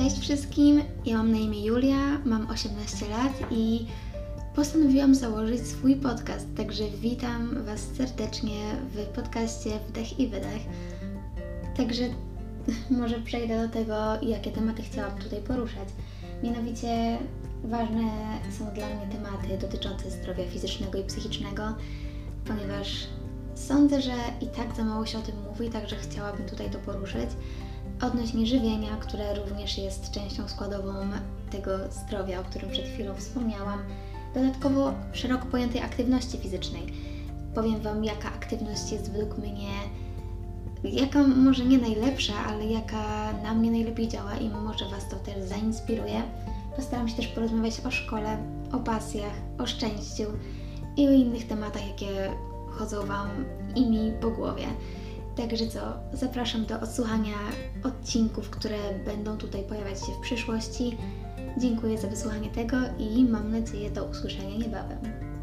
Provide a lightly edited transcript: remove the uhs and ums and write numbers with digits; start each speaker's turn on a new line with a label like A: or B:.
A: Cześć wszystkim, ja mam na imię Julia, mam 18 lat i postanowiłam założyć swój podcast, także witam Was serdecznie w podcaście Wdech i Wydech. Także może przejdę do tego, jakie tematy chciałam tutaj poruszać. Mianowicie ważne są dla mnie tematy dotyczące zdrowia fizycznego i psychicznego, ponieważ sądzę, że i tak za mało się o tym mówi, także chciałabym tutaj to poruszyć. Odnośnie żywienia, które również jest częścią składową tego zdrowia, o którym przed chwilą wspomniałam. Dodatkowo szeroko pojętej aktywności fizycznej. Powiem Wam, jaka aktywność jest według mnie, jaka może nie najlepsza, ale jaka na mnie najlepiej działa i może Was to też zainspiruje. Postaram się też porozmawiać o szkole, o pasjach, o szczęściu i o innych tematach, jakie chodzą Wam i mi po głowie. Także co, zapraszam do odsłuchania odcinków, które będą tutaj pojawiać się w przyszłości. Dziękuję za wysłuchanie tego i mam nadzieję do usłyszenia niebawem.